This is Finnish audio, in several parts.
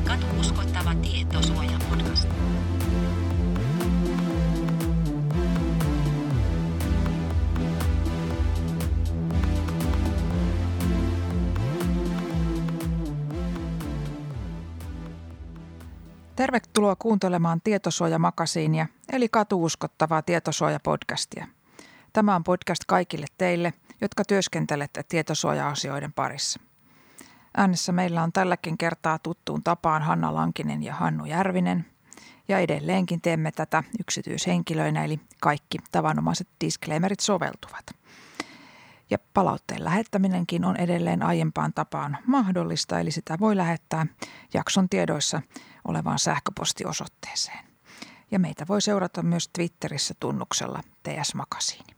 Katu uskottava tietosuoja-podcast. Tervetuloa kuuntelemaan Tietosuoja-makasiinia, eli Katu uskottavaa tietosuoja-podcastia. Tämä on podcast kaikille teille, jotka työskentelette tietosuoja-asioiden parissa. Äänessä meillä on tälläkin kertaa tuttuun tapaan Hanna Lankinen ja Hannu Järvinen. Ja edelleenkin teemme tätä yksityishenkilöinä, eli kaikki tavanomaiset disclaimerit soveltuvat. Ja palautteen lähettäminenkin on edelleen aiempaan tapaan mahdollista, eli sitä voi lähettää jakson tiedoissa olevaan sähköpostiosoitteeseen. Ja meitä voi seurata myös Twitterissä tunnuksella TS-makasiini.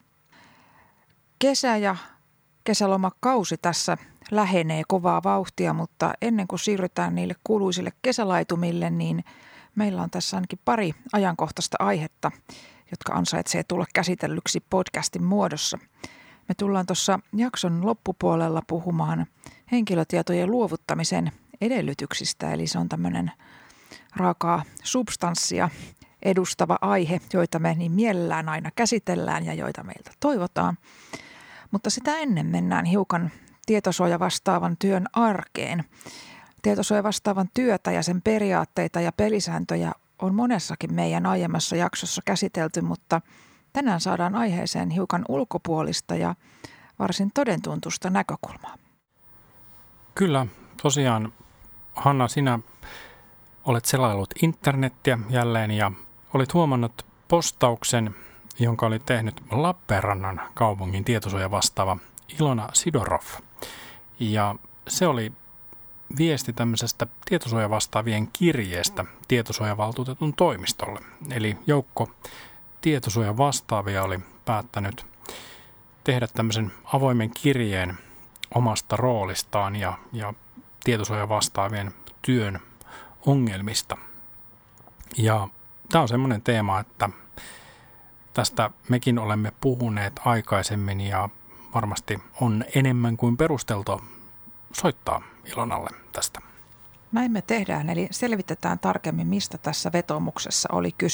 Kesä ja kesälomakausi tässä lähenee kovaa vauhtia, mutta ennen kuin siirrytään niille kuuluisille kesälaitumille, niin meillä on tässä ainakin pari ajankohtaista aihetta, jotka ansaitsee tulla käsitellyksi podcastin muodossa. Me tullaan tuossa jakson loppupuolella puhumaan henkilötietojen luovuttamisen edellytyksistä, eli se on tämmöinen raakaa substanssia edustava aihe, joita me niin mielellään aina käsitellään ja joita meiltä toivotaan. Mutta sitä ennen mennään hiukan tietosuojavastaavan työn arkeen. Tietosuojavastaavan työtä ja sen periaatteita ja pelisääntöjä on monessakin meidän aiemmassa jaksossa käsitelty, mutta tänään saadaan aiheeseen hiukan ulkopuolista ja varsin todentuntusta näkökulmaa. Kyllä, tosiaan Hanna, sinä olet selaillut internettiä jälleen ja olit huomannut postauksen, jonka oli tehnyt Lappeenrannan kaupungin tietosuojavastaava Ilona Sidorov. Ja se oli viesti tämmöisestä tietosuojavastaavien kirjeestä tietosuojavaltuutetun toimistolle. Eli joukko tietosuojavastaavia oli päättänyt tehdä tämmöisen avoimen kirjeen omasta roolistaan ja tietosuojavastaavien työn ongelmista. Ja tämä on semmoinen teema, että tästä mekin olemme puhuneet aikaisemmin ja varmasti on enemmän kuin perusteltua soittaa Ilonalle tästä. Näin me tehdään, eli selvitetään tarkemmin, mistä tässä vetoomuksessa oli kyse.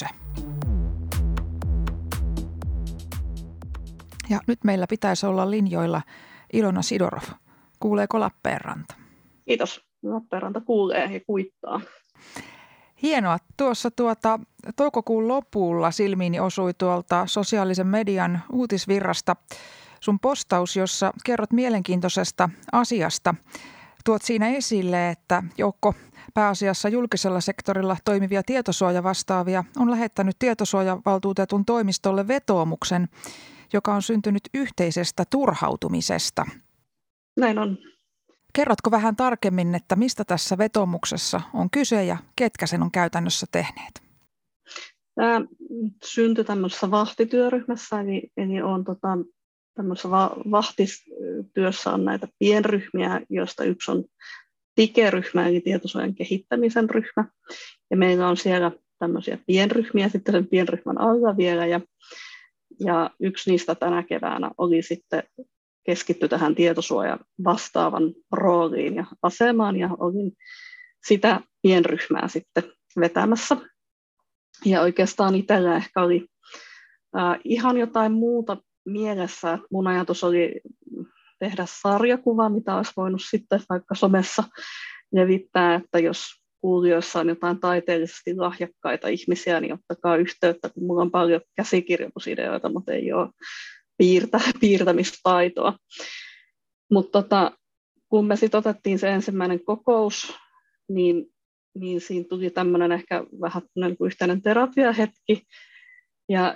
Ja nyt meillä pitäisi olla linjoilla Ilona Sidorov. Kuuleeko Lappeenranta? Kiitos. Lappeenranta kuulee ja kuittaa. Hienoa. Tuossa toukokuun lopulla silmiini osui tuolta sosiaalisen median uutisvirrasta sun postaus, jossa kerrot mielenkiintoisesta asiasta. Tuot siinä esille, että joukko pääasiassa julkisella sektorilla toimivia tietosuojavastaavia on lähettänyt tietosuojavaltuutetun toimistolle vetoomuksen, joka on syntynyt yhteisestä turhautumisesta. Näin on. Kerrotko vähän tarkemmin, että mistä tässä vetoomuksessa on kyse ja ketkä sen on käytännössä tehneet? Tämä syntyi tämmöisessä vahtityöryhmässä, eli on tämmöisessä vahtityössä on näitä pienryhmiä, joista yksi on TIKE-ryhmä, eli tietosuojan kehittämisen ryhmä. Ja meillä on siellä tämmöisiä pienryhmiä sitten sen pienryhmän alla vielä, ja yksi niistä tänä keväänä oli sitten keskittyi tähän tietosuojan vastaavan rooliin ja asemaan, ja olin sitä pienryhmää sitten vetämässä. Ja oikeastaan itsellä ehkä oli ihan jotain muuta mielessä, että mun ajatus oli tehdä sarjakuva, mitä olisi voinut sitten vaikka somessa levittää, että jos kuulijoissa on jotain taiteellisesti lahjakkaita ihmisiä, niin ottakaa yhteyttä, kun mulla on paljon käsikirjoitusideoita, mutta ei ole piirtämistaitoa. Mutta kun me sitten otettiin se ensimmäinen kokous, niin siinä tuli tämmöinen ehkä vähän yhteinen terapiahetki, ja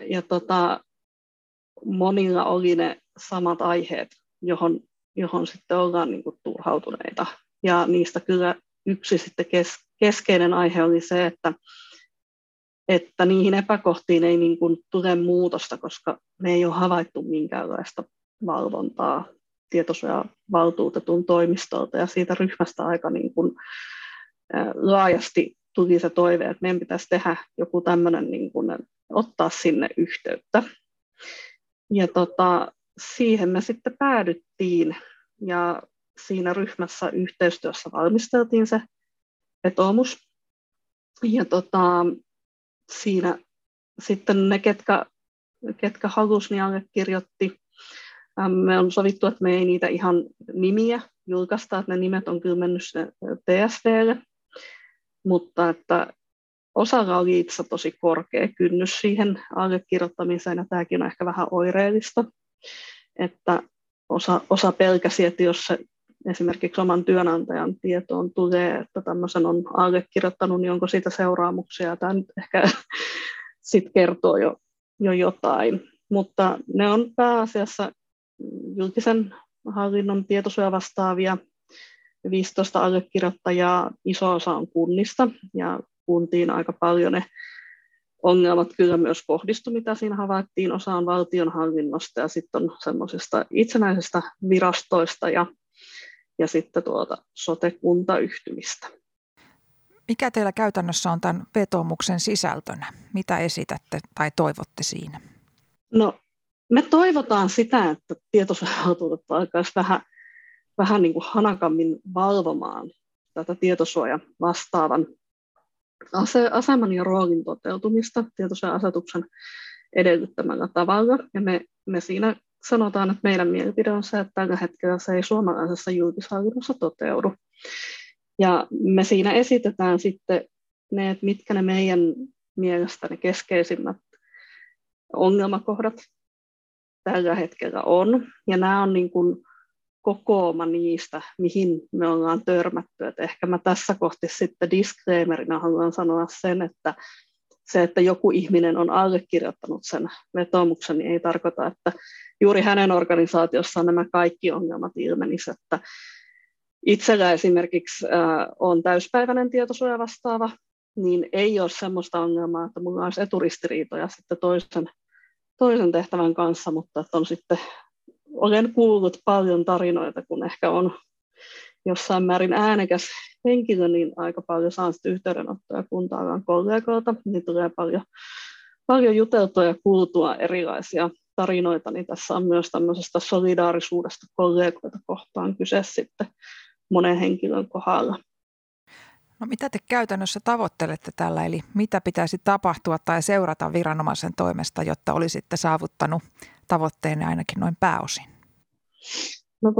monilla oli ne samat aiheet, johon sitten ollaan niin kuin turhautuneita. Ja niistä kyllä yksi sitten keskeinen aihe oli se, että niihin epäkohtiin ei niin kuin tule muutosta, koska me ei ole havaittu minkäänlaista valvontaa tietosuojavaltuutetun toimistolta, ja siitä ryhmästä aika niin kuin laajasti tuli se toive, että meidän pitäisi tehdä joku tämmöinen, niin kuin, ottaa sinne yhteyttä. Ja siihen me sitten päädyttiin, ja siinä ryhmässä yhteistyössä valmisteltiin se vetoomus, Ja siinä sitten ne, ketkä halusi, niin allekirjoitti. Me on sovittu, että me ei niitä ihan nimiä julkaista, että ne nimet on kyllä mennyt TSDlle, mutta että osalla oli itse tosi korkea kynnys siihen allekirjoittamiseen, ja tämäkin on ehkä vähän oireellista, että osa pelkäsi, että jos se esimerkiksi oman työnantajan tietoon tulee, että tämmöisen on allekirjoittanut, niin onko siitä seuraamuksia. Tämä nyt ehkä sitten kertoo jo jotain. Mutta ne on pääasiassa julkisen hallinnon tietosuojavastaavia, 15 allekirjoittajaa, iso osa on kunnista, ja kuntiin aika paljon ne ongelmat kyllä myös kohdistu, mitä siinä havaittiin. Osa on valtionhallinnosta ja sitten on semmoisista itsenäisistä virastoista ja sitten sote-kuntayhtymistä. Mikä teillä käytännössä on tämän vetoomuksen sisältönä? Mitä esitätte tai toivotte siinä? No, me toivotaan sitä, että tietosuojavaltuutettu alkaisi vähän niin kuin hanakammin valvomaan tätä tietosuojavastaavan aseman ja roolin toteutumista tietosuoja-asetuksen edellyttämällä tavalla. Ja me siinä sanotaan, että meidän mielipide on se, että tällä hetkellä se ei suomalaisessa julkishallinnossa toteudu. Ja me siinä esitetään sitten ne, että mitkä ne meidän mielestä ne keskeisimmät ongelmakohdat tällä hetkellä on. Ja nämä on niin kuin kokooma niistä, mihin me ollaan törmätty. Et ehkä mä tässä kohti sitten disclaimerina haluan sanoa sen, että se, että joku ihminen on allekirjoittanut sen vetoomuksen, niin ei tarkoita, että juuri hänen organisaatiossaan nämä kaikki ongelmat ilmenisivät. Että itsellä esimerkiksi on täyspäiväinen tietosuojavastaava, niin ei ole sellaista ongelmaa, että minulla olisi eturistiriitoja sitten toisen tehtävän kanssa, mutta että on sitten, olen kuullut paljon tarinoita, kun ehkä on jossain määrin äänekäs henkilö, niin aika paljon saan sitten yhteydenottoja kunta-alan kollegoilta, niin tulee paljon juteltua ja kuultua erilaisia tarinoita, niin tässä on myös tämmöisestä solidaarisuudesta kollegoita kohtaan kyse sitten monen henkilön kohdalla. No mitä te käytännössä tavoittelette tällä, eli mitä pitäisi tapahtua tai seurata viranomaisen toimesta, jotta olisitte saavuttanut tavoitteenne ainakin noin pääosin? No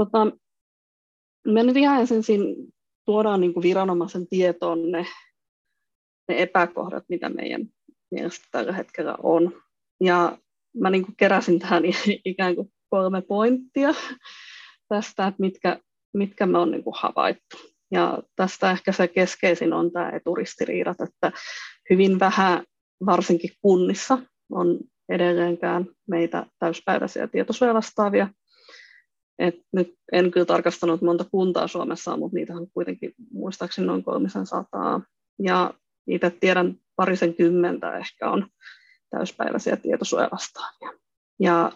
me nyt ihan ensin tuodaan niin kuin viranomaisen tietoon ne epäkohdat, mitä meidän mielestä tällä hetkellä on. Ja mä niin kuin keräsin tähän ikään kuin 3 pointtia tästä, että mitkä me on niin kuin havaittu. Ja tästä ehkä se keskeisin on tämä eturistiriidat, että hyvin vähän, varsinkin kunnissa, on edelleenkään meitä täyspäiväisiä tietosuojavastaavia. Et nyt en kyllä tarkastanut monta kuntaa Suomessa, mutta niitä on kuitenkin muistaakseni noin 300. Ja itse tiedän 20 ehkä on täyspäiväisiä tietosuojavastaavia. Ja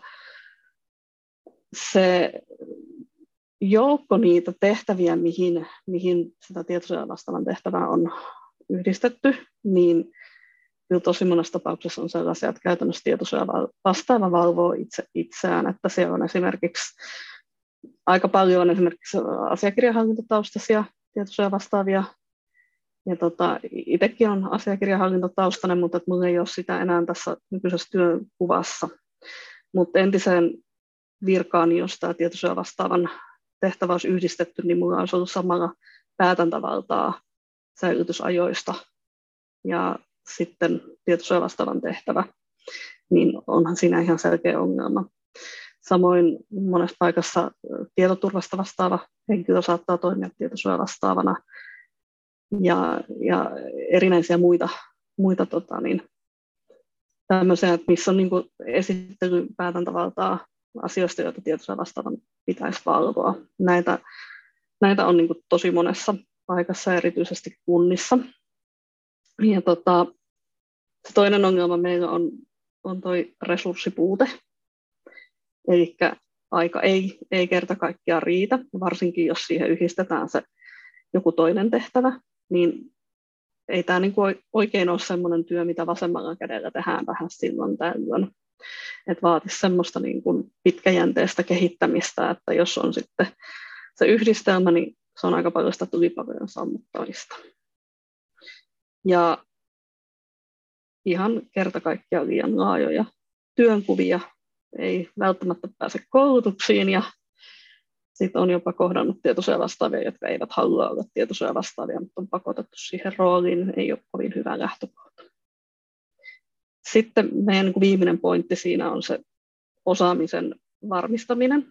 se joukko niitä tehtäviä, mihin sitä tietosuojavastaavan tehtävää on yhdistetty, niin kyllä tosi monessa tapauksessa on sellaisia, että käytännössä tietosuojavastaava valvoo itseään, että siellä on esimerkiksi aika paljon esimerkiksi asiakirjahallintotaustaisia tietosuojavastaavia, ja itsekin on asiakirjahallintotaustainen, mutta minulla ei ole sitä enää tässä nykyisessä työnkuvassa. Mutta entiseen virkaan, jos tämä tietosuojavastaavan tehtävä olisi yhdistetty, niin minulla olisi ollut samalla päätäntävaltaa säilytysajoista ja sitten tietosuojavastaavan tehtävä, niin onhan siinä ihan selkeä ongelma. Samoin monessa paikassa tietoturvasta vastaava henkilö saattaa toimia tietosuojavastaavana ja erinäisiä muita tämmöisiä, että missä on niin kuin esittelypäätäntävaltaa asioista, joita tietosuojavastaavan pitäisi valvoa. Näitä on niin kuin tosi monessa paikassa, erityisesti kunnissa. Ja se toinen ongelma meillä on toi resurssipuute. Eli aika ei kerta kaikkiaan riitä, varsinkin jos siihen yhdistetään se joku toinen tehtävä, niin ei tämä niin kuin oikein ole sellainen työ, mitä vasemmalla kädellä tehdään vähän silloin tällöin. Että vaatisi semmoista niin kuin pitkäjänteistä kehittämistä, että jos on sitten se yhdistelmä, niin se on aika paljon sitä tulipalojen sammuttamista. Ja ihan kerta kaikkiaan liian laajoja työnkuvia, ei välttämättä pääse koulutuksiin ja sitten on jopa kohdannut tietosuojavastaavia, jotka eivät halua olla tietosuojavastaavia, mutta on pakotettu siihen rooliin, ei ole kovin hyvä lähtökohta. Sitten meidän viimeinen pointti siinä on se osaamisen varmistaminen.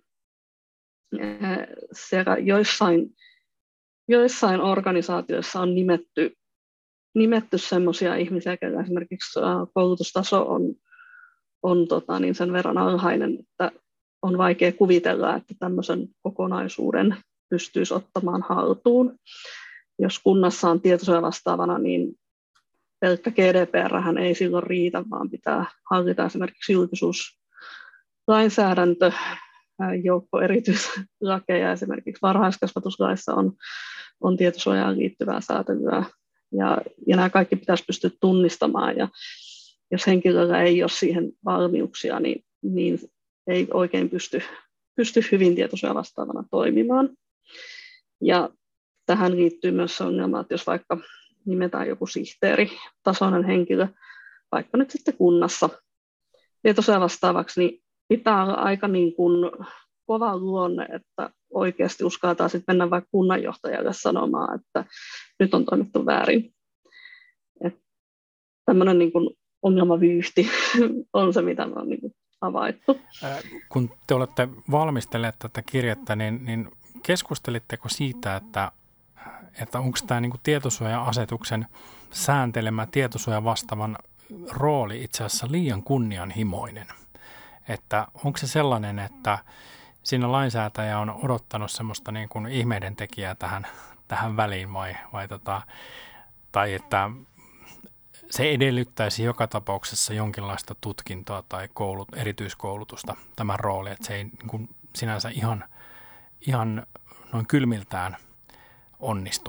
Siellä joissain organisaatioissa on nimetty sellaisia ihmisiä, joilla esimerkiksi koulutustaso on sen verran alhainen, että on vaikea kuvitella, että tämmöisen kokonaisuuden pystyisi ottamaan haltuun. Jos kunnassa on tietosuojavastaavana, niin pelkkä GDPR ei silloin riitä, vaan pitää hallita esimerkiksi julkisuuslainsäädäntö, joukko erityislakeja, esimerkiksi varhaiskasvatuslaissa on tietosuojaan liittyvää säätelyä, ja nämä kaikki pitäisi pystyä tunnistamaan, ja jos henkilöllä ei ole siihen valmiuksia, niin ei oikein pysty hyvin tietosuojavastaavana toimimaan. Ja tähän liittyy myös se ongelma, että jos vaikka nimetään joku sihteeritasoinen henkilö, vaikka nyt sitten kunnassa tietosuojavastaavaksi, niin pitää olla aika niin kuin kova luonne, että oikeasti uskaltaa sitten mennä vaikka kunnanjohtajalle sanomaan, että nyt on toimittu väärin. Että tämmöinen niin kuin ongelmavyyhti on se, mitä on niin kuin havaittu. Kun te olette valmistelleet tätä kirjettä, niin keskustelitteko siitä, että onko tämä niin kuin tietosuoja-asetuksen sääntelemä tietosuojavastaavan rooli itse asiassa liian kunnianhimoinen? Että onko se sellainen, että siinä lainsäätäjä on odottanut semmoista niin kuin ihmeiden tekijää tähän väliin tai että se edellyttäisi joka tapauksessa jonkinlaista tutkintoa tai erityiskoulutusta tämän rooli, että se ei niin kuin sinänsä ihan noin kylmiltään onnistu?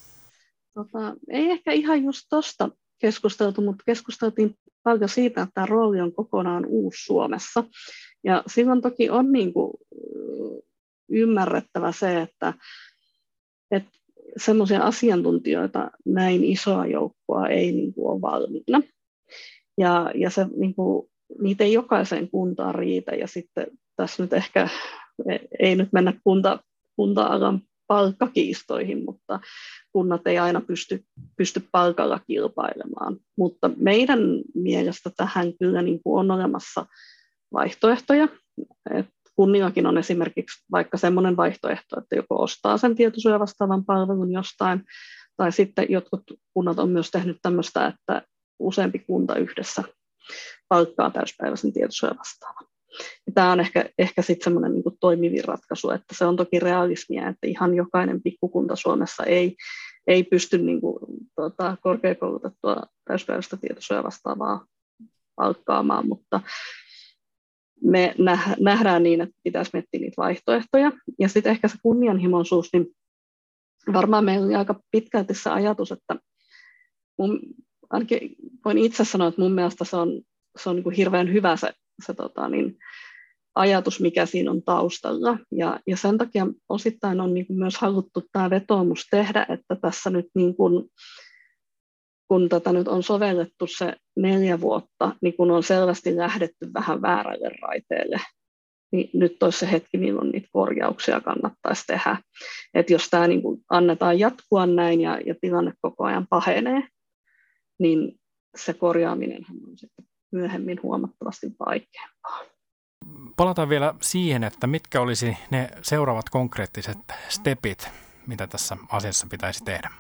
Ei ehkä ihan just tuosta keskusteltu, mutta keskusteltiin paljon siitä, että tämä rooli on kokonaan uusi Suomessa. Ja silloin toki on niin kuin ymmärrettävä se, että semmoisia asiantuntijoita näin isoa joukkoa ei niin kuin ole valmiina. Ja se, niin kuin, niitä ei jokaiseen kuntaan riitä. Ja sitten tässä nyt ehkä ei nyt mennä kunta-alan palkkakiistoihin, mutta kunnat ei aina pysty palkalla kilpailemaan. Mutta meidän mielestä tähän kyllä niin kuin on olemassa vaihtoehtoja. Et kunnillakin on esimerkiksi vaikka semmoinen vaihtoehto, että joko ostaa sen tietosuojavastaavan palvelun jostain, tai sitten jotkut kunnat on myös tehnyt tämmöistä, että useampi kunta yhdessä palkkaa täyspäiväisen tietosuojavastaavan. Ja tämä on ehkä sitten semmoinen niin kuin toimivin ratkaisu, että se on toki realismia, että ihan jokainen pikkukunta Suomessa ei pysty niin kuin, korkeakoulutettua täyspäiväistä tietosuojavastaavaa palkkaamaan, mutta me nähdään niin, että pitäisi miettiä niitä vaihtoehtoja. Ja sitten ehkä se kunnianhimoisuus, niin varmaan meillä oli aika pitkälti se ajatus, että ainakin voin itse sanoa, että mun mielestä se on niin kuin hirveän hyvä se ajatus, mikä siinä on taustalla. Ja sen takia osittain on niin kuin myös haluttu tämä vetoomus tehdä, että tässä nyt niin kuin, kun tätä nyt on sovellettu se 4 vuotta, niin kun on selvästi lähdetty vähän väärälle raiteelle, niin nyt olisi se hetki, milloin niitä korjauksia kannattaisi tehdä. Että jos tämä niin kun annetaan jatkua näin ja tilanne koko ajan pahenee, niin se korjaaminen on sitten myöhemmin huomattavasti vaikeampaa. Palataan vielä siihen, että mitkä olisi ne seuraavat konkreettiset stepit, mitä tässä asiassa pitäisi tehdä.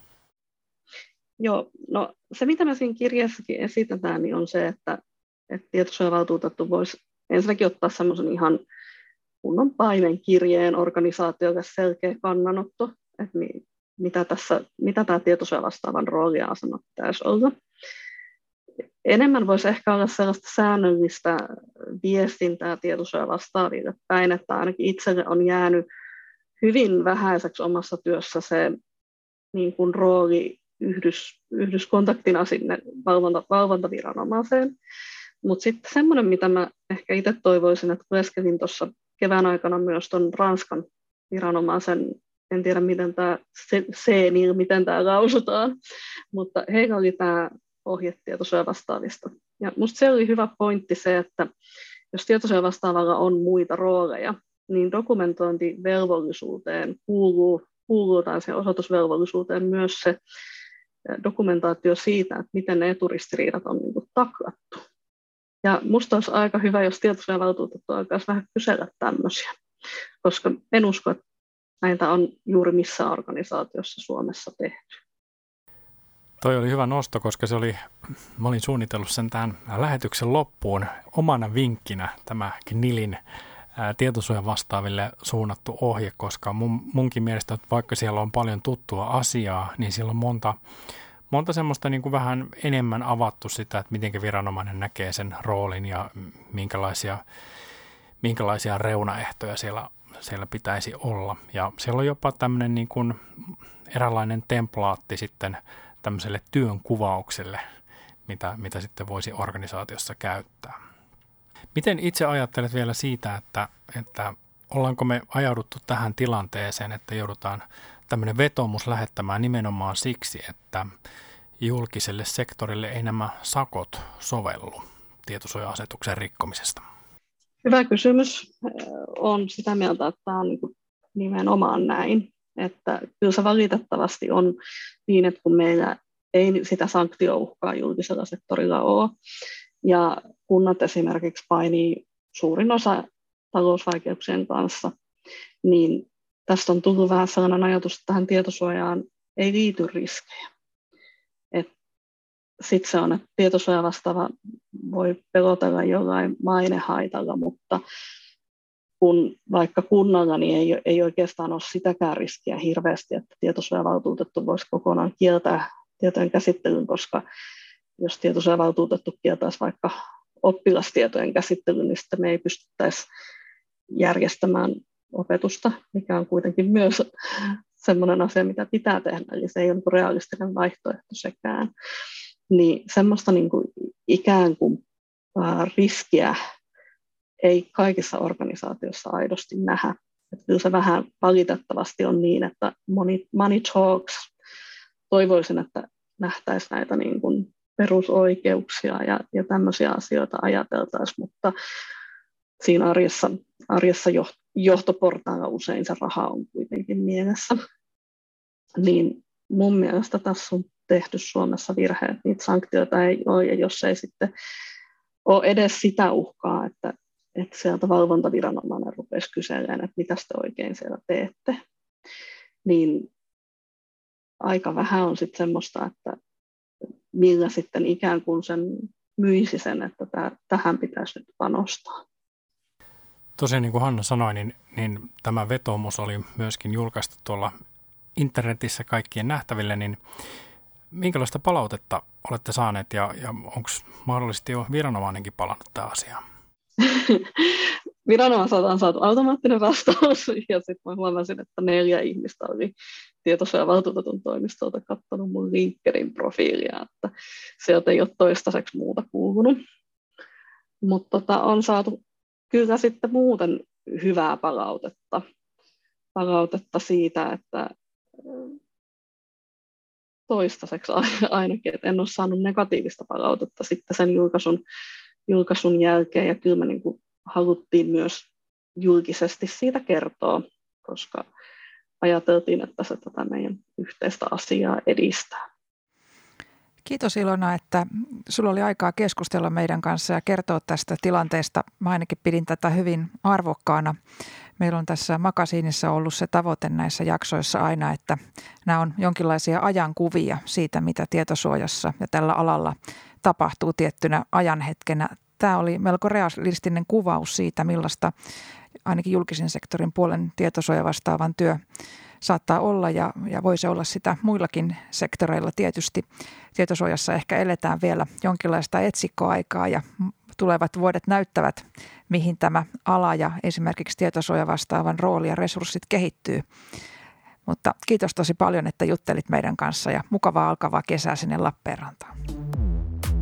Joo, no se mitä me siinä kirjassakin esitetään, niin on se, että tietosuojavaltuutettu voisi ensinnäkin ottaa semmoisen ihan kunnon paimenkirjeen organisaatiolle selkeä kannanotto, että mitä tämä tietosuojavastaavan rooli ja asema pitäisi olla. Enemmän voisi ehkä olla sellaista säännöllistä viestintää tietosuojavastaaville päin, että ainakin itselle on jäänyt hyvin vähäiseksi omassa työssä se niin kuin rooli yhdyskontaktina sinne valvontaviranomaiseen. Mutta sitten semmoinen, mitä mä ehkä itse toivoisin, että leskelin tuossa kevään aikana myös tuon Ranskan viranomaisen en tiedä miten tämä miten tämä lausutaan, mutta heillä oli tämä ohje tietosuojavastaavista. Ja musta se oli hyvä pointti se, että jos tietosuojavastaavalla on muita rooleja, niin dokumentointivelvollisuuteen kuuluu tai sen osoitusvelvollisuuteen myös se dokumentaatio siitä, että miten ne eturistiriidat on niin kuin taklattu. Ja musta olisi aika hyvä, jos tietosuojavaltuutettu alkaisi vähän kysellä tämmöisiä, koska en usko, että näitä on juuri missään organisaatiossa Suomessa tehty. Toi oli hyvä nosto, koska mä olin suunnitellut sen tämän lähetyksen loppuun omana vinkkinä tämä KNILin tietosuojan vastaaville suunnattu ohje, koska munkin mielestä, että vaikka siellä on paljon tuttua asiaa, niin siellä on monta semmoista niin kuin vähän enemmän avattu sitä, että miten viranomainen näkee sen roolin ja minkälaisia reunaehtoja siellä pitäisi olla. Ja siellä on jopa tämmöinen niin kuin eräänlainen templaatti sitten tämmöiselle työnkuvaukselle, mitä sitten voisi organisaatiossa käyttää. Miten itse ajattelet vielä siitä, että ollaanko me ajauduttu tähän tilanteeseen, että joudutaan tämmöinen vetoomus lähettämään nimenomaan siksi, että julkiselle sektorille ei nämä sakot sovellu tietosuoja-asetuksen rikkomisesta? Hyvä kysymys. Olen sitä mieltä, että tämä on nimenomaan näin. Että kyllä se valitettavasti on niin, että kun meillä ei sitä sanktiouhkaa julkisella sektorilla ole, ja kunnat esimerkiksi painii suurin osa talousvaikeuksien kanssa, niin tästä on tullut vähän sellainen ajatus, että tähän tietosuojaan ei liity riskejä. Sitten se on, että tietosuoja vastaava voi pelotella jollain mainehaitalla, mutta kun vaikka kunnalla niin ei oikeastaan ole sitäkään riskiä hirveästi, että tietosuojavaltuutettu voisi kokonaan kieltää tietojen käsittelyn, koska jos tietosuojavaltuutettu kieltäisi vaikka oppilastietojen käsittelyn, niin sitten me ei pystyttäisi järjestämään opetusta, mikä on kuitenkin myös sellainen asia, mitä pitää tehdä, eli se ei ole realistinen vaihtoehto sekään. Niin semmoista niin kuin ikään kuin riskiä ei kaikissa organisaatioissa aidosti nähdä. Että kyllä se vähän valitettavasti on niin, että money talks. Toivoisin, että nähtäisiin näitä niin kuin perusoikeuksia ja tämmöisiä asioita ajateltaisiin, mutta siinä arjessa johtoportaalla usein se raha on kuitenkin mielessä. Niin mun mielestä tässä on tehty Suomessa virhe, että niitä sanktioita ei ole, ja jos ei sitten ole edes sitä uhkaa, että sieltä valvontaviranomainen rupesi kyselemään, että mitä te oikein siellä teette, niin aika vähän on sitten semmoista, että millä sitten ikään kuin sen myisi sen, että tähän pitäisi nyt panostaa. Tosiaan niin kuin Hanna sanoi, niin tämä vetoomus oli myöskin julkaistu tuolla internetissä kaikkien nähtäville, niin minkälaista palautetta olette saaneet ja onko mahdollisesti jo viranomainenkin palannut tämä asiaan? Viranomaiselta on saatu automaattinen vastaus ja sitten mä huomasin, että 4 ihmistä oli tietosuojavaltuutetun toimistolta katsonut mun LinkedIn profiilia, että sieltä ei ole toistaiseksi muuta kuulunut. Mutta on saatu kyllä sitten muuten hyvää palautetta siitä, että toistaiseksi ainakin, että en ole saanut negatiivista palautetta sitten sen julkaisun jälkeen, ja kyllä me niin kuin haluttiin myös julkisesti siitä kertoa, koska ajateltiin, että se tätä meidän yhteistä asiaa edistää. Kiitos Ilona, että sulla oli aikaa keskustella meidän kanssa ja kertoa tästä tilanteesta. Mä ainakin pidin tätä hyvin arvokkaana. Meillä on tässä Makasiinissa ollut se tavoite näissä jaksoissa aina, että nämä on jonkinlaisia ajankuvia siitä, mitä tietosuojassa ja tällä alalla tapahtuu tiettynä ajanhetkenä. Tämä oli melko realistinen kuvaus siitä, millaista ainakin julkisen sektorin puolen tietosuojavastaavan työ saattaa olla ja voisi olla sitä muillakin sektoreilla tietysti. Tietosuojassa ehkä eletään vielä jonkinlaista etsikkoaikaa ja tulevat vuodet näyttävät, mihin tämä ala ja esimerkiksi tietosuojavastaavan rooli ja resurssit kehittyy. Mutta kiitos tosi paljon, että juttelit meidän kanssa ja mukavaa alkavaa kesää sinne Lappeenrantaan.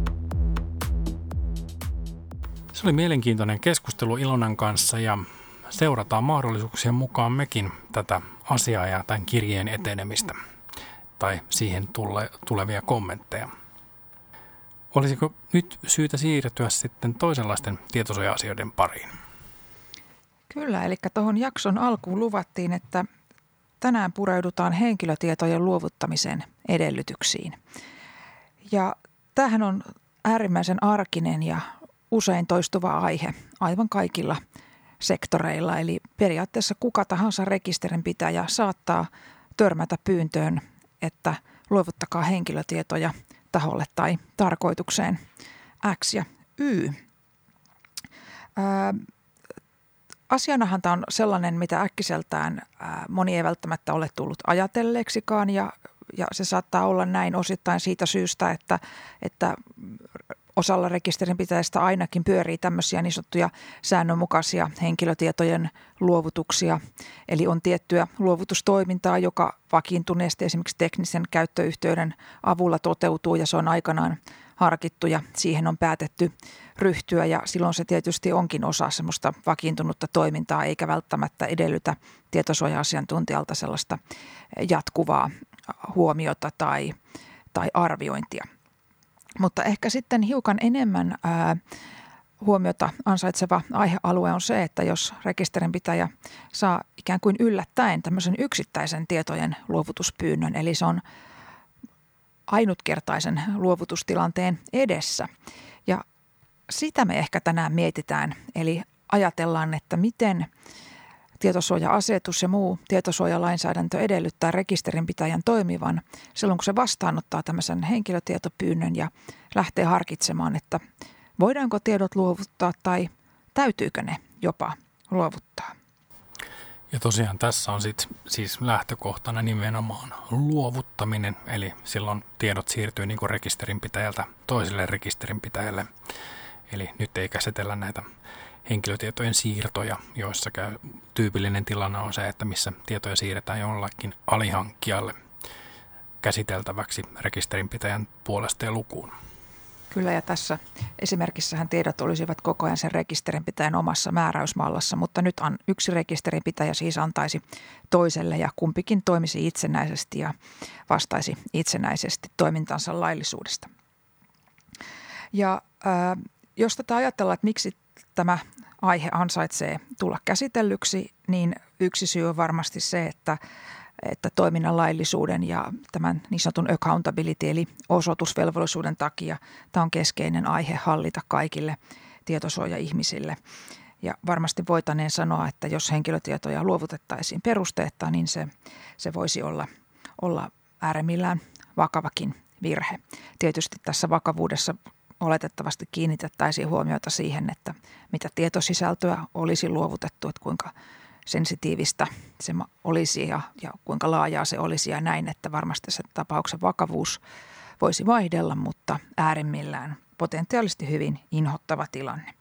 Se oli mielenkiintoinen keskustelu Ilonan kanssa ja seurataan mahdollisuuksien mukaan mekin tätä asiaa ja tämän kirjeen etenemistä tai siihen tulevia kommentteja. Olisiko nyt syytä siirtyä sitten toisenlaisten tietosuoja-asioiden pariin? Kyllä, eli tuohon jakson alkuun luvattiin, että tänään pureudutaan henkilötietojen luovuttamisen edellytyksiin. Ja tämähän on äärimmäisen arkinen ja usein toistuva aihe aivan kaikilla sektoreilla. Eli periaatteessa kuka tahansa rekisterinpitäjä saattaa törmätä pyyntöön, että luovuttakaa henkilötietoja taholle tai tarkoitukseen X ja Y. Asianahan tämä on sellainen, mitä äkkiseltään moni ei välttämättä ole tullut ajatelleeksikaan ja se saattaa olla näin osittain siitä syystä, että osalla rekisterinpitäjistä ainakin pyörii tämmöisiä niin sanottuja säännönmukaisia henkilötietojen luovutuksia. Eli on tiettyä luovutustoimintaa, joka vakiintuneesti esimerkiksi teknisen käyttöyhteyden avulla toteutuu ja se on aikanaan harkittu ja siihen on päätetty ryhtyä ja silloin se tietysti onkin osa semmoista vakiintunutta toimintaa eikä välttämättä edellytä tietosuoja-asiantuntijalta sellaista jatkuvaa huomiota tai arviointia. Mutta ehkä sitten hiukan enemmän huomiota ansaitseva aihealue on se, että jos rekisterinpitäjä saa ikään kuin yllättäen tämmöisen yksittäisen tietojen luovutuspyynnön, eli se on ainutkertaisen luovutustilanteen edessä. Ja sitä me ehkä tänään mietitään, eli ajatellaan, että miten tietosuoja-asetus ja muu tietosuojalainsäädäntö edellyttää rekisterinpitäjän toimivan silloin, kun se vastaanottaa tämmöisen henkilötietopyynnön ja lähtee harkitsemaan, että voidaanko tiedot luovuttaa tai täytyykö ne jopa luovuttaa. Ja tosiaan tässä on siis lähtökohtana nimenomaan luovuttaminen, eli silloin tiedot siirtyy niin kuin rekisterinpitäjältä toiselle rekisterinpitäjälle. Eli nyt ei käsitellä näitä henkilötietojen siirtoja, joissa tyypillinen tilanne on se, että missä tietoja siirretään jollakin alihankkijalle käsiteltäväksi rekisterinpitäjän puolesta ja lukuun. Kyllä, ja tässä esimerkissähän tiedot olisivat koko ajan sen rekisterinpitäjän omassa määräysmallassa, mutta nyt yksi rekisterinpitäjä siis antaisi toiselle ja kumpikin toimisi itsenäisesti ja vastaisi itsenäisesti toimintansa laillisuudesta. Ja jos tätä ajatellaan, että miksi tämä aihe ansaitsee tulla käsitellyksi, niin yksi syy on varmasti se, että toiminnan laillisuuden ja tämän niin sanotun accountability eli osoitusvelvollisuuden takia tämä on keskeinen aihe hallita kaikille tietosuoja-ihmisille. Ja varmasti voitaneen sanoa, että jos henkilötietoja luovutettaisiin perusteetta, niin se voisi olla äärimmillään vakavakin virhe. Tietysti tässä vakavuudessa oletettavasti kiinnitettäisiin huomiota siihen, että mitä tietosisältöä olisi luovutettu, että kuinka sensitiivistä se olisi ja kuinka laajaa se olisi ja näin, että varmasti se tapauksen vakavuus voisi vaihdella, mutta äärimmillään potentiaalisesti hyvin inhottava tilanne.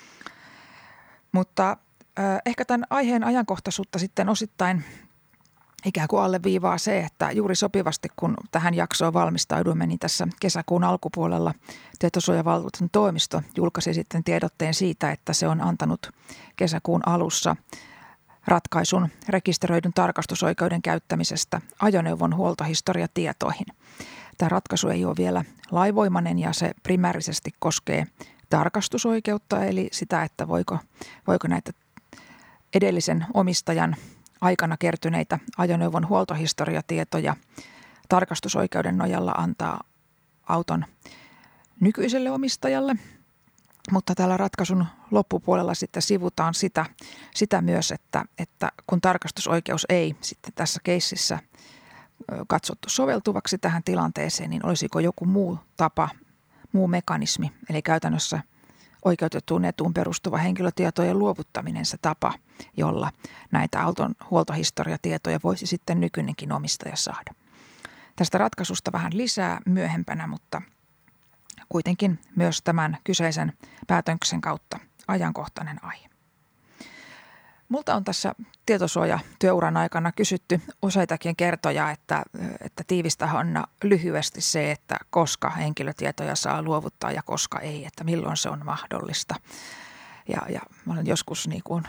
Mutta ehkä tämän aiheen ajankohtaisuutta sitten osittain ikään kuin alleviivaa se, että juuri sopivasti kun tähän jaksoon valmistauduimme, niin tässä kesäkuun alkupuolella Tietosuojavaltuutetun toimisto julkaisi sitten tiedotteen siitä, että se on antanut kesäkuun alussa ratkaisun rekisteröidyn tarkastusoikeuden käyttämisestä ajoneuvon huoltohistoriatietoihin. Tämä ratkaisu ei ole vielä lainvoimainen ja se primäärisesti koskee tarkastusoikeutta, eli sitä, että voiko näitä edellisen omistajan aikana kertyneitä ajoneuvon huoltohistoriatietoja tarkastusoikeuden nojalla antaa auton nykyiselle omistajalle. Mutta täällä ratkaisun loppupuolella sitten sivutaan sitä myös, että kun tarkastusoikeus ei sitten tässä keississä katsottu soveltuvaksi tähän tilanteeseen, niin olisiko joku muu tapa, muu mekanismi, eli käytännössä oikeutettuun etuun perustuva henkilötietojen luovuttaminen se tapa, jolla näitä auton huoltohistoriatietoja voisi sitten nykyinenkin omistaja saada. Tästä ratkaisusta vähän lisää myöhempänä, mutta kuitenkin myös tämän kyseisen päätöksen kautta ajankohtainen aihe. Multa on tässä tietosuojatyöuran aikana kysytty useitakin kertoja, että tiivistä on lyhyesti se, että koska henkilötietoja saa luovuttaa ja koska ei, että milloin se on mahdollista. Ja mä olen joskus niin kuin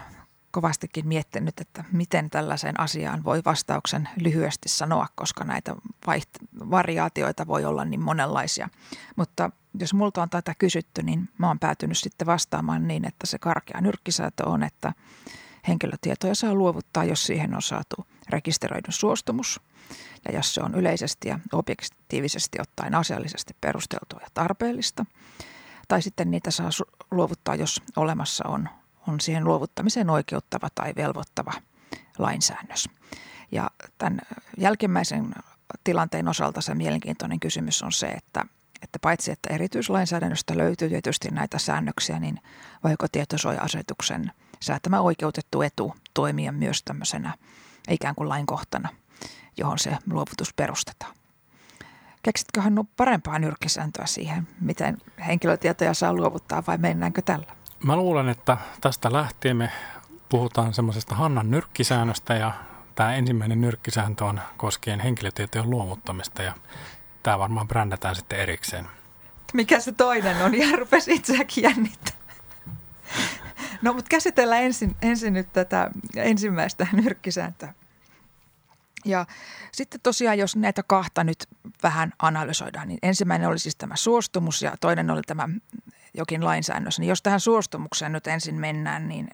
kovastikin miettinyt, että miten tällaiseen asiaan voi vastauksen lyhyesti sanoa, koska näitä variaatioita voi olla niin monenlaisia. Mutta jos multa on tätä kysytty, niin mä oon päätynyt sitten vastaamaan niin, että se karkea nyrkkisääntö on, että henkilötietoja saa luovuttaa, jos siihen on saatu rekisteröidyn suostumus. Ja jos se on yleisesti ja objektiivisesti ottaen asiallisesti perusteltua ja tarpeellista. Tai sitten niitä saa luovuttaa, jos olemassa on siihen luovuttamiseen oikeuttava tai velvoittava lainsäännös. Ja tämän jälkimmäisen tilanteen osalta se mielenkiintoinen kysymys on se, että paitsi että erityislainsäädännöstä löytyy tietysti näitä säännöksiä, niin voiko tietosuoja-asetuksen säätämä oikeutettu etu toimia myös tämmöisenä ikään kuin lainkohtana, johon se luovutus perustetaan. Keksitkö Hannu parempaa nyrkkisääntöä siihen, miten henkilötietoja saa luovuttaa vai mennäänkö tällä? Mä luulen, että tästä lähtien me puhutaan semmoisesta Hannan nyrkkisäännöstä ja tämä ensimmäinen nyrkkisääntö on koskien henkilötietojen luovuttamista ja tämä varmaan brändätään sitten erikseen. Mikä se toinen on? Ja rupesi itseäkin jännittää. No, mutta käsitellään ensin nyt tätä ensimmäistä nyrkkisääntöä. Ja sitten tosiaan, jos näitä kahta nyt vähän analysoidaan, niin ensimmäinen oli siis tämä suostumus ja toinen oli tämä jokin lainsäännös. Niin jos tähän suostumukseen nyt ensin mennään, niin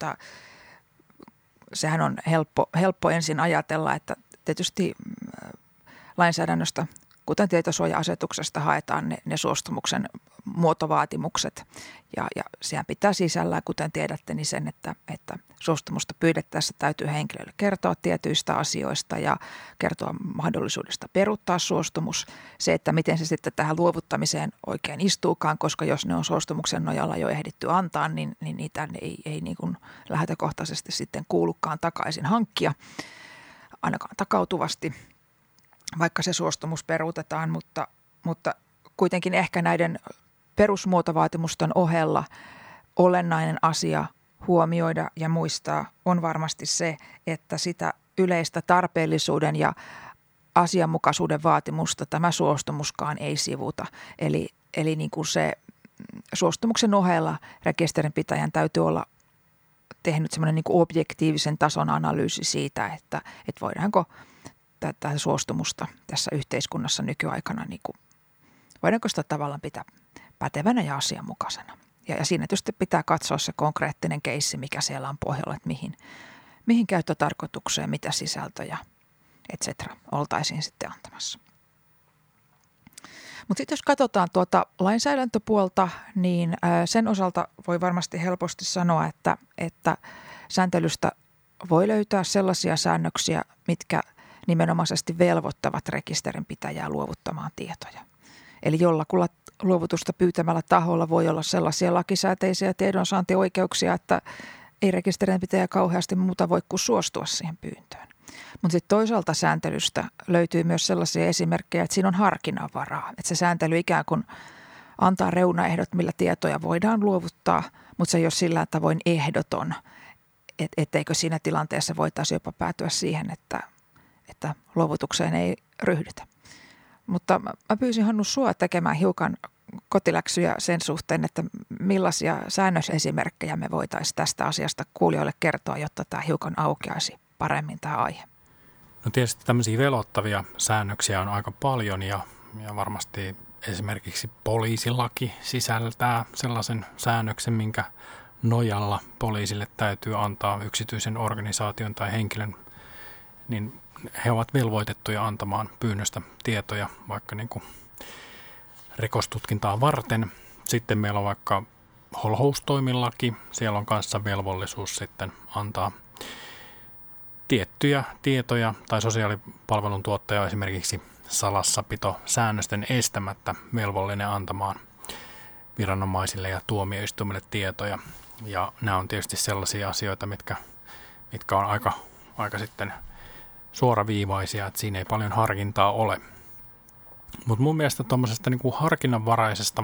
sehän on helppo ensin ajatella, että tietysti lainsäädännöstä, kuten tietosuoja-asetuksesta, haetaan ne suostumuksen muotovaatimukset. Ja sehän pitää sisällään, kuten tiedätte, niin sen, että suostumusta pyydettäessä täytyy henkilölle kertoa tietyistä asioista ja kertoa mahdollisuudesta peruuttaa suostumus. Se, että miten se sitten tähän luovuttamiseen oikein istuukaan, koska jos ne on suostumuksen nojalla jo ehditty antaa, niin niitä ei niin kuin lähtökohtaisesti sitten kuulukaan takaisin hankkia, ainakaan takautuvasti, vaikka se suostumus peruutetaan, mutta kuitenkin ehkä näiden perusmuotovaatimusten ohella olennainen asia huomioida ja muistaa on varmasti se, että sitä yleistä tarpeellisuuden ja asianmukaisuuden vaatimusta tämä suostumuskaan ei sivuta. Eli niin kuin se suostumuksen ohella rekisterinpitäjän täytyy olla tehnyt semmoinen niin kuin objektiivisen tason analyysi siitä, että voidaanko tätä suostumusta tässä yhteiskunnassa nykyaikana, niin kuin, voidaanko sitä tavallaan pitää pätevänä ja asianmukaisena. Ja siinä tietysti pitää katsoa se konkreettinen keissi, mikä siellä on pohjalla, että mihin käyttötarkoitukseen, mitä sisältöjä, etc. oltaisiin sitten antamassa. Mutta sitten jos katsotaan tuota lainsäädäntöpuolta, niin sen osalta voi varmasti helposti sanoa, että sääntelystä voi löytää sellaisia säännöksiä, mitkä nimenomaisesti velvoittavat rekisterinpitäjää luovuttamaan tietoja. Eli jollakulla luovutusta pyytämällä taholla voi olla sellaisia lakisääteisiä tiedonsaantioikeuksia, että ei rekisterinpitäjä kauheasti muuta voi kuin suostua siihen pyyntöön. Mutta sitten toisaalta sääntelystä löytyy myös sellaisia esimerkkejä, että siinä on harkinnanvaraa. Että se sääntely ikään kuin antaa reunaehdot, millä tietoja voidaan luovuttaa, mutta se ei ole sillä tavoin ehdoton, etteikö siinä tilanteessa voitaisiin jopa päätyä siihen, että luovutukseen ei ryhdytä. Mutta mä pyysin Hannu sua tekemään hiukan kotiläksyjä sen suhteen, että millaisia säännösesimerkkejä me voitaisiin tästä asiasta kuulijoille kertoa, jotta tämä hiukan aukeaisi paremmin tämä aihe. No tietysti tämmöisiä velottavia säännöksiä on aika paljon ja varmasti esimerkiksi poliisilaki sisältää sellaisen säännöksen, minkä nojalla poliisille täytyy antaa yksityisen organisaation tai henkilön, niin he ovat velvoitettuja antamaan pyynnöstä tietoja vaikka niin kuin rikostutkintaa varten. Sitten meillä on vaikka holhoustoimilaki. Siellä on kanssa velvollisuus sitten antaa tiettyjä tietoja tai sosiaalipalvelun tuottaja esimerkiksi salassapitosäännösten estämättä velvollinen antamaan viranomaisille ja tuomioistuimille tietoja. Ja nämä on tietysti sellaisia asioita, mitkä on aika sitten suoraviivaisia, että siinä ei paljon harkintaa ole. Mutta mun mielestä tuommoisesta niin kuin harkinnanvaraisesta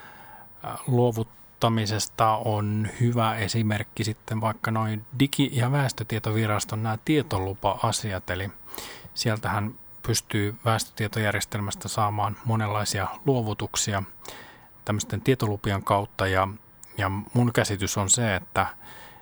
luovuttamisesta on hyvä esimerkki sitten vaikka noin Digi- ja väestötietoviraston nämä tietolupa-asiat. Eli sieltähän pystyy väestötietojärjestelmästä saamaan monenlaisia luovutuksia tämmöisten tietolupien kautta. Ja mun käsitys on se, että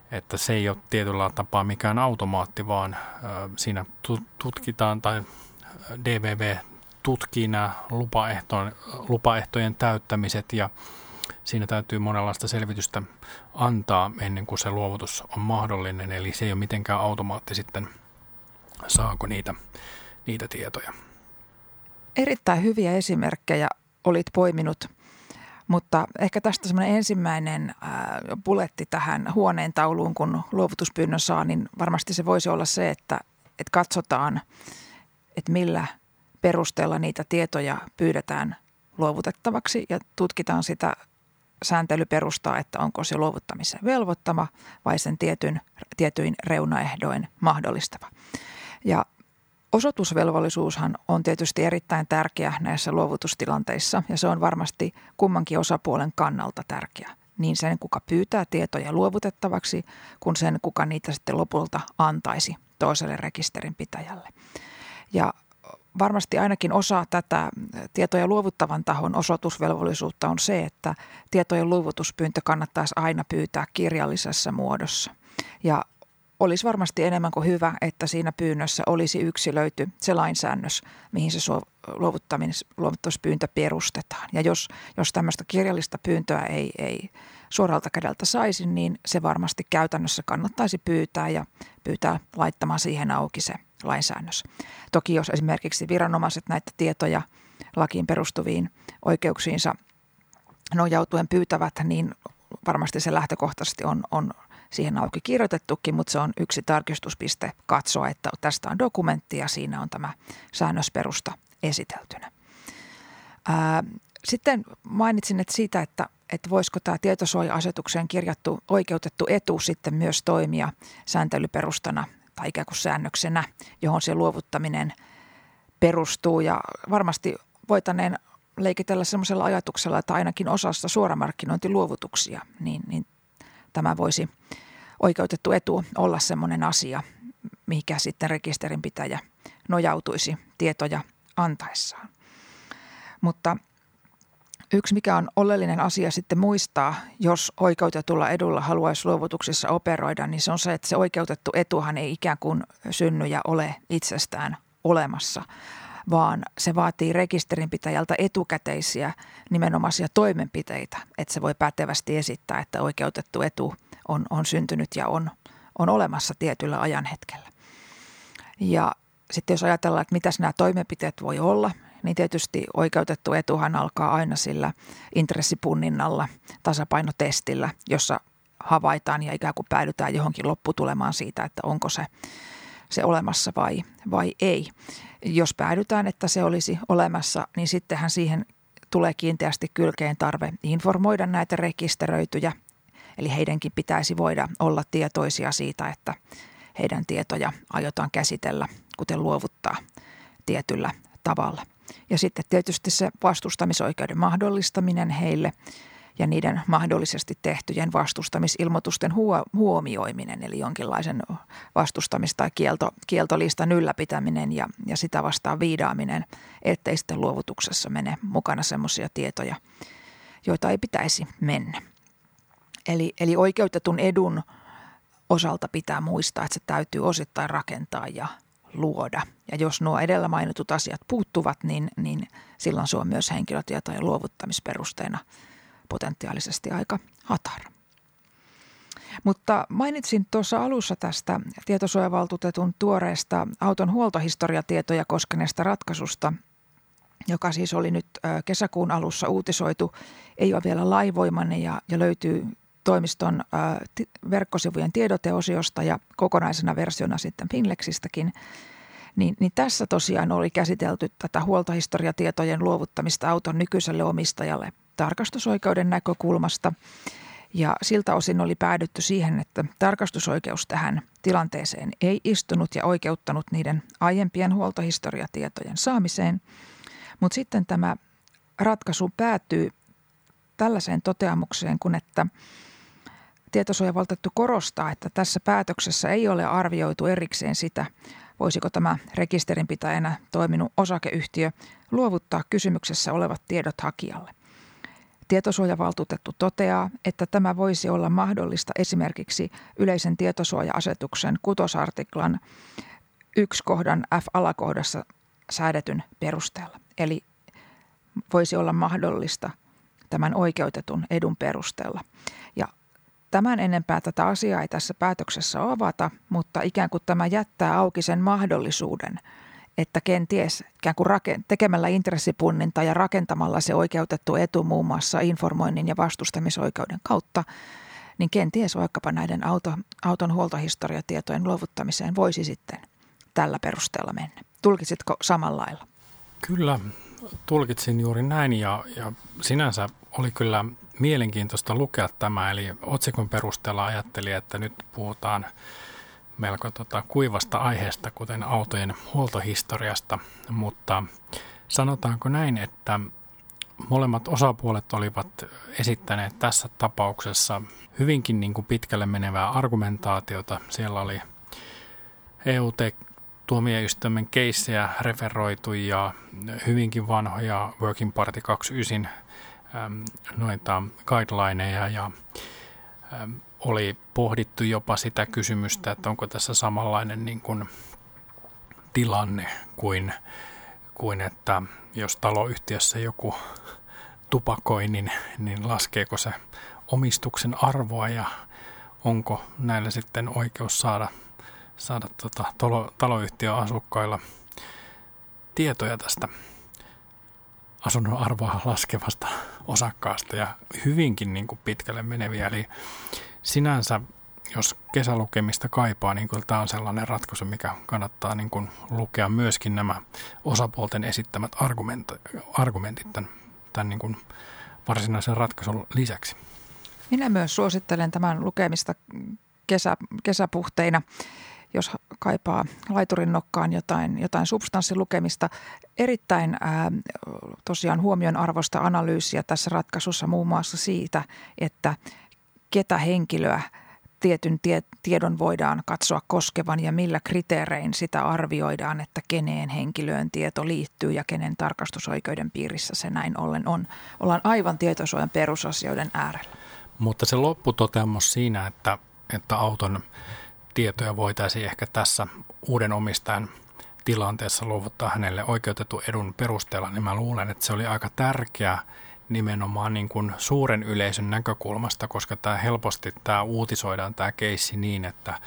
että se ei ole tietyllä tapaa mikään automaatti, vaan siinä tutkitaan tai DVV tutkii nämä lupaehtojen täyttämiset ja siinä täytyy monenlaista selvitystä antaa ennen kuin se luovutus on mahdollinen, eli se ei ole mitenkään automaatti sitten, saako niitä tietoja. Erittäin hyviä esimerkkejä olit poiminut, mutta ehkä tästä semmoinen ensimmäinen buletti tähän huoneentauluun, kun luovutuspyynnön saa, niin varmasti se voisi olla se, että katsotaan, että millä perusteella niitä tietoja pyydetään luovutettavaksi ja tutkitaan sitä sääntelyperustaa, että onko se luovuttamiseen velvoittava vai sen tietyin reunaehdoin mahdollistava. Ja osoitusvelvollisuushan on tietysti erittäin tärkeä näissä luovutustilanteissa ja se on varmasti kummankin osapuolen kannalta tärkeä. Niin sen, kuka pyytää tietoja luovutettavaksi, kuin sen, kuka niitä sitten lopulta antaisi toiselle rekisterinpitäjälle. Ja varmasti ainakin osa tätä tietoja luovuttavan tahon osoitusvelvollisuutta on se, että tietojen luovutuspyyntö kannattaisi aina pyytää kirjallisessa muodossa. Ja olisi varmasti enemmän kuin hyvä, että siinä pyynnössä olisi yksilöity se lainsäännös, mihin se luovutuspyyntö perustetaan. Ja jos tämmöistä kirjallista pyyntöä ei suoralta kädeltä saisi, niin se varmasti käytännössä kannattaisi pyytää ja pyytää laittamaan siihen auki se lainsäännös. Toki jos esimerkiksi viranomaiset näitä tietoja lakiin perustuviin oikeuksiinsa nojautuen pyytävät, niin varmasti se lähtökohtaisesti on siihen auki kirjoitettukin, mutta se on yksi tarkistuspiste katsoa, että tästä on dokumentti ja siinä on tämä säännösperusta esiteltynä. Sitten mainitsin siitä, että voisiko tämä tietosuoja-asetukseen kirjattu oikeutettu etu sitten myös toimia sääntelyperustana tai ikään kuin säännöksenä, johon se luovuttaminen perustuu. Ja varmasti voitaneen leikitellä sellaisella ajatuksella, että ainakin osassa suoramarkkinointiluovutuksia, niin tämä voisi oikeutettu etu olla sellainen asia, mihinkä sitten rekisterinpitäjä nojautuisi tietoja antaessaan. Mutta yksi, mikä on oleellinen asia sitten muistaa, jos oikeutetulla edulla haluaisi luovutuksissa operoida, niin se on se, että se oikeutettu etuhan ei ikään kuin synny ja ole itsestään olemassa, vaan se vaatii rekisterinpitäjältä etukäteisiä nimenomaisia toimenpiteitä, että se voi pätevästi esittää, että oikeutettu etu on syntynyt ja on olemassa tietyllä ajanhetkellä. Ja sitten jos ajatellaan, että mitäs nämä toimenpiteet voi olla, niin tietysti oikeutettu etuhan alkaa aina sillä intressipunninnalla, tasapainotestillä, jossa havaitaan ja ikään kuin päädytään johonkin lopputulemaan siitä, että onko se olemassa vai ei. Jos päädytään, että se olisi olemassa, niin sittenhän siihen tulee kiinteästi kylkeen tarve informoida näitä rekisteröityjä. Eli heidänkin pitäisi voida olla tietoisia siitä, että heidän tietoja aiotaan käsitellä, kuten luovuttaa tietyllä tavalla. Ja sitten tietysti se vastustamisoikeuden mahdollistaminen heille ja niiden mahdollisesti tehtyjen vastustamisilmoitusten huomioiminen, eli jonkinlaisen vastustamis- tai kieltolistan ylläpitäminen ja sitä vastaan viidaaminen, ettei sitten luovutuksessa mene mukana semmoisia tietoja, joita ei pitäisi mennä. Eli oikeutetun edun osalta pitää muistaa, että se täytyy osittain rakentaa ja luoda. Ja jos nuo edellä mainitut asiat puuttuvat, niin silloin se on myös henkilötietojen luovuttamisperusteena potentiaalisesti aika hatara. Mutta mainitsin tuossa alussa tästä tietosuojavaltuutetun tuoreesta auton huoltohistoriatietoja koskeneesta ratkaisusta, joka siis oli nyt kesäkuun alussa uutisoitu, ei ole vielä lainvoimainen ja löytyy toimiston verkkosivujen tiedoteosiosta ja kokonaisena versiona sitten Finlexistäkin, niin tässä tosiaan oli käsitelty tätä huoltohistoriatietojen luovuttamista auton nykyiselle omistajalle tarkastusoikeuden näkökulmasta. Ja siltä osin oli päädytty siihen, että tarkastusoikeus tähän tilanteeseen ei istunut ja oikeuttanut niiden aiempien huoltohistoriatietojen saamiseen. Mutta sitten tämä ratkaisu päätyy tällaiseen toteamukseen, kun että tietosuojavaltuutettu korostaa, että tässä päätöksessä ei ole arvioitu erikseen sitä, voisiko tämä rekisterinpitäjänä toiminut osakeyhtiö luovuttaa kysymyksessä olevat tiedot hakijalle. Tietosuojavaltuutettu toteaa, että tämä voisi olla mahdollista esimerkiksi yleisen tietosuoja-asetuksen 6. artiklan 1 kohdan F-alakohdassa säädetyn perusteella. Eli voisi olla mahdollista tämän oikeutetun edun perusteella. Ja tämän enempää tätä asiaa ei tässä päätöksessä avata, mutta ikään kuin tämä jättää auki sen mahdollisuuden, että kenties ikään kuin tekemällä intressipunninta ja rakentamalla se oikeutettu etu muun muassa informoinnin ja vastustamisoikeuden kautta, niin kenties vaikkapa näiden auton huoltohistoriatietojen luovuttamiseen voisi sitten tällä perusteella mennä. Tulkitsitko samalla lailla? Kyllä, tulkitsin juuri näin ja sinänsä oli kyllä mielenkiintoista lukea tämä, eli otsikon perusteella ajattelin, että nyt puhutaan melko kuivasta aiheesta, kuten autojen huoltohistoriasta, mutta sanotaanko näin, että molemmat osapuolet olivat esittäneet tässä tapauksessa hyvinkin niin kuin pitkälle menevää argumentaatiota. Siellä oli EUT-tuomioistuimen keissejä referoitu ja hyvinkin vanhoja Working Party 29 noita guidelineja ja oli pohdittu jopa sitä kysymystä, että onko tässä samanlainen niin kuin tilanne kuin että jos taloyhtiössä joku tupakoi, niin laskeeko se omistuksen arvoa ja onko näillä sitten oikeus saada taloyhtiön asukkailla tietoja tästä asunnon arvoa laskevasta osakkaasta ja hyvinkin niin kuin pitkälle meneviä. Eli sinänsä, jos kesälukemista kaipaa, niin kyllä tämä on sellainen ratkaisu, mikä kannattaa niin kuin lukea myöskin nämä osapuolten esittämät argumentit tämän niin kuin varsinaisen ratkaisun lisäksi. Minä myös suosittelen tämän lukemista kesäpuhteina, jos kaipaa laiturin nokkaan jotain substanssilukemista. Erittäin tosiaan huomionarvoista analyysiä tässä ratkaisussa muun muassa siitä, että ketä henkilöä tietyn tiedon voidaan katsoa koskevan ja millä kriteerein sitä arvioidaan, että keneen henkilöön tieto liittyy ja kenen tarkastusoikeuden piirissä se näin ollen on. Ollaan aivan tietosuojan perusasioiden äärellä. Mutta se lopputoteamus siinä, että auton tietoja voitaisiin ehkä tässä uuden omistajan tilanteessa luovuttaa hänelle oikeutetun edun perusteella, niin mä luulen, että se oli aika tärkeä nimenomaan niin kuin suuren yleisön näkökulmasta, koska tämä uutisoidaan tämä keissi niin, että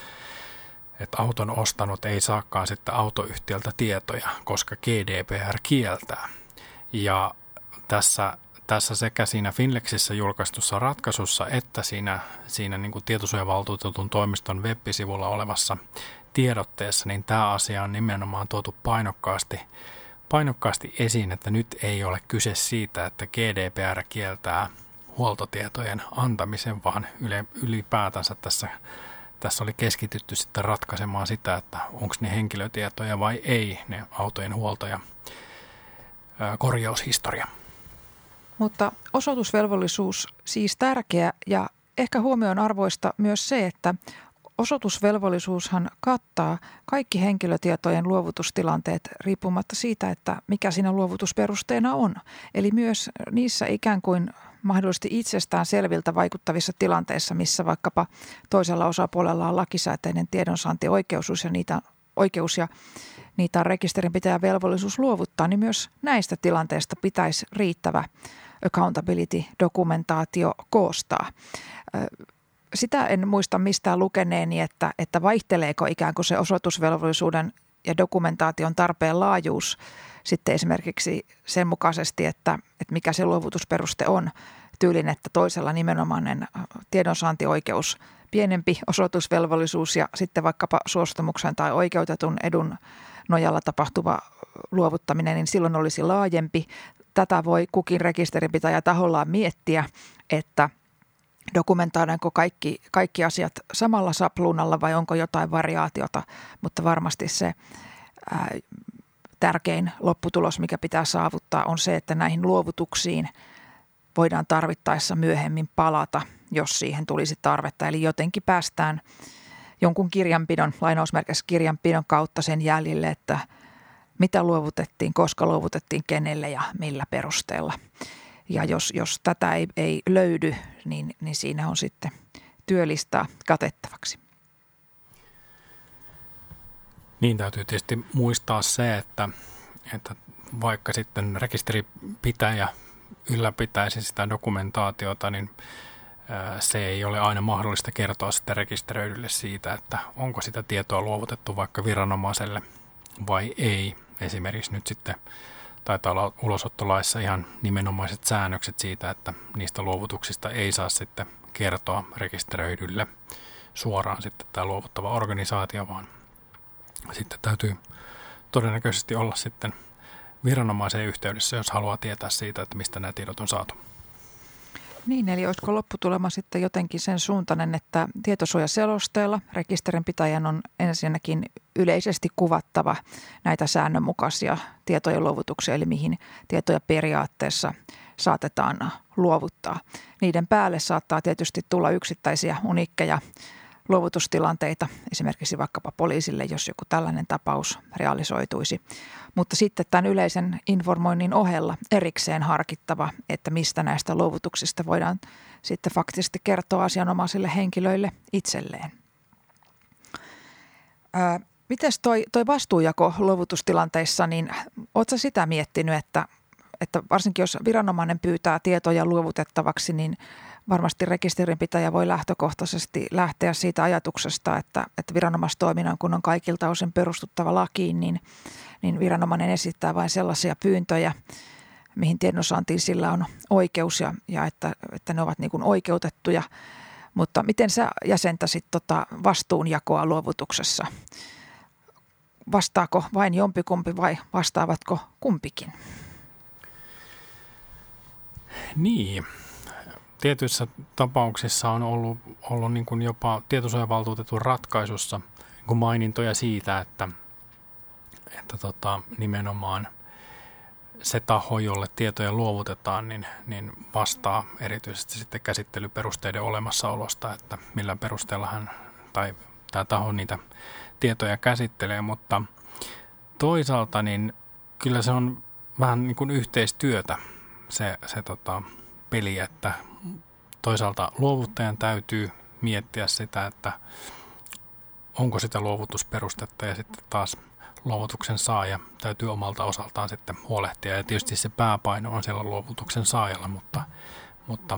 auton ostanut ei saakaan sitten autoyhtiöltä tietoja, koska GDPR kieltää. Ja tässä sekä siinä Finlexissä julkaistussa ratkaisussa että siinä niin kuin tietosuojavaltuutetun toimiston web-sivulla olevassa tiedotteessa, niin tämä asia on nimenomaan tuotu painokkaasti esiin, että nyt ei ole kyse siitä, että GDPR kieltää huoltotietojen antamisen, vaan ylipäätänsä tässä oli keskitytty sitten ratkaisemaan sitä, että onko ne henkilötietoja vai ei, ne autojen huolto- ja korjaushistoria. Mutta osoitusvelvollisuus siis tärkeä ja ehkä huomionarvoista myös se, että osoitusvelvollisuushan kattaa kaikki henkilötietojen luovutustilanteet riippumatta siitä, että mikä siinä luovutusperusteena on. Eli myös niissä ikään kuin mahdollisesti itsestään selviltä vaikuttavissa tilanteissa, missä vaikkapa toisella osapuolella on lakisääteinen tiedonsaantioikeus ja niitä on rekisterinpitäjän velvollisuus luovuttaa, niin myös näistä tilanteista pitäisi riittävä accountability-dokumentaatio koostaa. Sitä en muista mistään lukeneeni, että vaihteleeko ikään kuin se osoitusvelvollisuuden ja dokumentaation tarpeen laajuus sitten esimerkiksi sen mukaisesti, että mikä se luovutusperuste on tyylin, että toisella nimenomainen tiedonsaantioikeus, pienempi osoitusvelvollisuus ja sitten vaikkapa suostumuksen tai oikeutetun edun nojalla tapahtuva luovuttaminen, niin silloin olisi laajempi. Tätä voi kukin rekisterinpitäjä tahollaan miettiä, että dokumentoidaanko kaikki asiat samalla sapluunalla vai onko jotain variaatiota, mutta varmasti se tärkein lopputulos, mikä pitää saavuttaa, on se, että näihin luovutuksiin voidaan tarvittaessa myöhemmin palata, jos siihen tulisi tarvetta. Eli jotenkin päästään jonkun kirjanpidon, lainausmerkissä kirjanpidon kautta sen jäljille, että mitä luovutettiin, koska luovutettiin, kenelle ja millä perusteella. Ja jos tätä ei löydy, niin siinä on sitten työlistaa katettavaksi. Niin täytyy tietysti muistaa se, että vaikka sitten rekisteripitäjä ylläpitäisi sitä dokumentaatiota, niin se ei ole aina mahdollista kertoa sitten rekisteröidylle siitä, että onko sitä tietoa luovutettu vaikka viranomaiselle vai ei. Esimerkiksi nyt sitten taitaa olla ulosottolaissa ihan nimenomaiset säännökset siitä, että niistä luovutuksista ei saa sitten kertoa rekisteröidylle suoraan sitten tämä luovuttava organisaatio, vaan sitten täytyy todennäköisesti olla sitten viranomaisen yhteydessä, jos haluaa tietää siitä, että mistä nämä tiedot on saatu. Niin, eli olisiko lopputulema sitten jotenkin sen suuntainen, että tietosuojaselosteella rekisterinpitäjän on ensinnäkin yleisesti kuvattava näitä säännönmukaisia tietojen luovutuksia, eli mihin tietoja periaatteessa saatetaan luovuttaa. Niiden päälle saattaa tietysti tulla yksittäisiä uniikkeja luovutustilanteita, esimerkiksi vaikkapa poliisille, jos joku tällainen tapaus realisoituisi. Mutta sitten tämän yleisen informoinnin ohella erikseen harkittava, että mistä näistä luovutuksista voidaan sitten faktisesti kertoa asianomaisille henkilöille itselleen. Mites toi vastuunjako luovutustilanteissa, niin ootko sitä miettinyt, että varsinkin jos viranomainen pyytää tietoja luovutettavaksi, niin varmasti rekisterinpitäjä voi lähtökohtaisesti lähteä siitä ajatuksesta, että viranomaistoiminnan, kun on kaikilta osin perustuttava lakiin, niin viranomainen esittää vain sellaisia pyyntöjä, mihin tiedonsaantiin sillä on oikeus ja että ne ovat niin kuin oikeutettuja. Mutta miten sä jäsentäsit vastuunjakoa luovutuksessa? Vastaako vain jompikumpi vai vastaavatko kumpikin? Niin. Tietyissä tapauksissa on ollut niin kuin jopa tietosuojavaltuutetun ratkaisussa niin kuin mainintoja siitä, että nimenomaan se taho, jolle tietoja luovutetaan, niin vastaa erityisesti sitten käsittelyperusteiden olemassaolosta, että millä perusteella hän tai tämä taho niitä tietoja käsittelee, mutta toisaalta niin kyllä se on vähän niin kuin yhteistyötä se peli, että toisaalta luovuttajan täytyy miettiä sitä, että onko sitä luovutusperustetta ja sitten taas luovutuksen saaja täytyy omalta osaltaan sitten huolehtia. Ja tietysti se pääpaino on siellä luovutuksen saajalla, mutta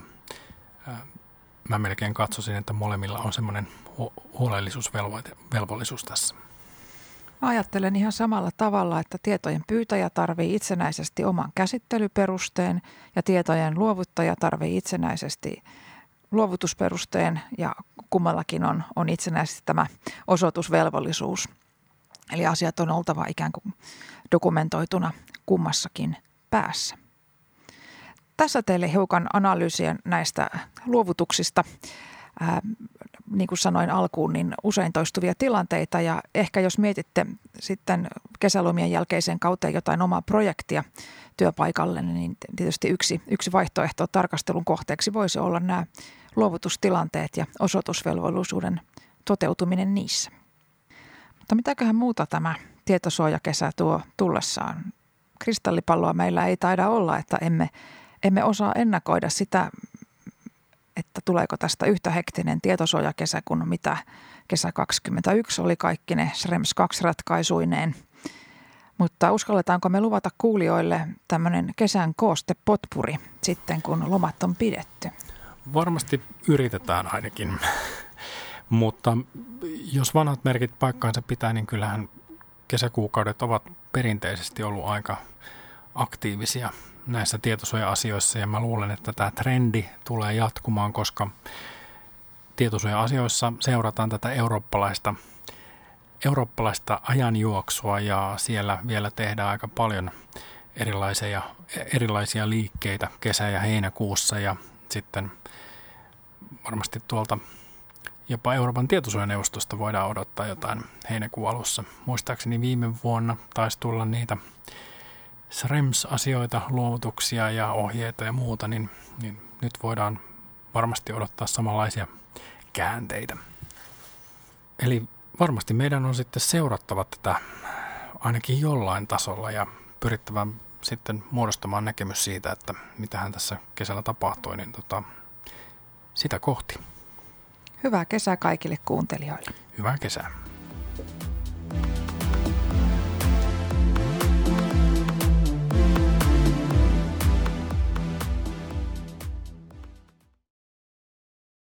mä melkein katsoisin, että molemmilla on semmoinen huolellisuusvelvollisuus tässä. Mä ajattelen ihan samalla tavalla, että tietojen pyytäjä tarvitsee itsenäisesti oman käsittelyperusteen ja tietojen luovuttaja tarvitsee itsenäisesti luovutusperusteen ja kummallakin on itsenäisesti tämä osoitusvelvollisuus. Eli asiat on oltava ikään kuin dokumentoituna kummassakin päässä. Tässä teille hiukan analyysiä näistä luovutuksista. Niin kuin sanoin alkuun, niin usein toistuvia tilanteita ja ehkä jos mietitte sitten kesälomien jälkeiseen kauteen jotain omaa projektia työpaikalle, niin tietysti yksi vaihtoehto tarkastelun kohteeksi voisi olla nämä luovutustilanteet ja osoitusvelvollisuuden toteutuminen niissä. Mutta mitäköhän muuta tämä tietosuojakesä tuo tullessaan? Kristallipalloa meillä ei taida olla, että emme osaa ennakoida sitä, että tuleeko tästä yhtä hektinen tietosuojakesä kuin mitä kesä 2021 oli kaikki ne Schrems 2-ratkaisuineen. Mutta uskalletaanko me luvata kuulijoille tämmöinen kesän kooste potpuri sitten, kun lomat on pidetty? Varmasti yritetään ainakin, mutta jos vanhat merkit paikkaansa pitää, niin kyllähän kesäkuukaudet ovat perinteisesti ollut aika aktiivisia näissä tietosuoja-asioissa ja mä luulen, että tämä trendi tulee jatkumaan, koska tietosuoja-asioissa seurataan tätä eurooppalaista ajanjuoksua ja siellä vielä tehdään aika paljon erilaisia liikkeitä kesä- ja heinäkuussa ja sitten varmasti tuolta jopa Euroopan tietosuojaneuvostosta voidaan odottaa jotain heinäkuun alussa. Muistaakseni viime vuonna taisi tulla niitä Schrems-asioita, luovutuksia ja ohjeita ja muuta, niin nyt voidaan varmasti odottaa samanlaisia käänteitä. Eli varmasti meidän on sitten seurattava tätä ainakin jollain tasolla ja pyrittävä sitten muodostamaan näkemys siitä, että mitähän tässä kesällä tapahtui, niin sitä kohti. Hyvää kesää kaikille kuuntelijoille. Hyvää kesää.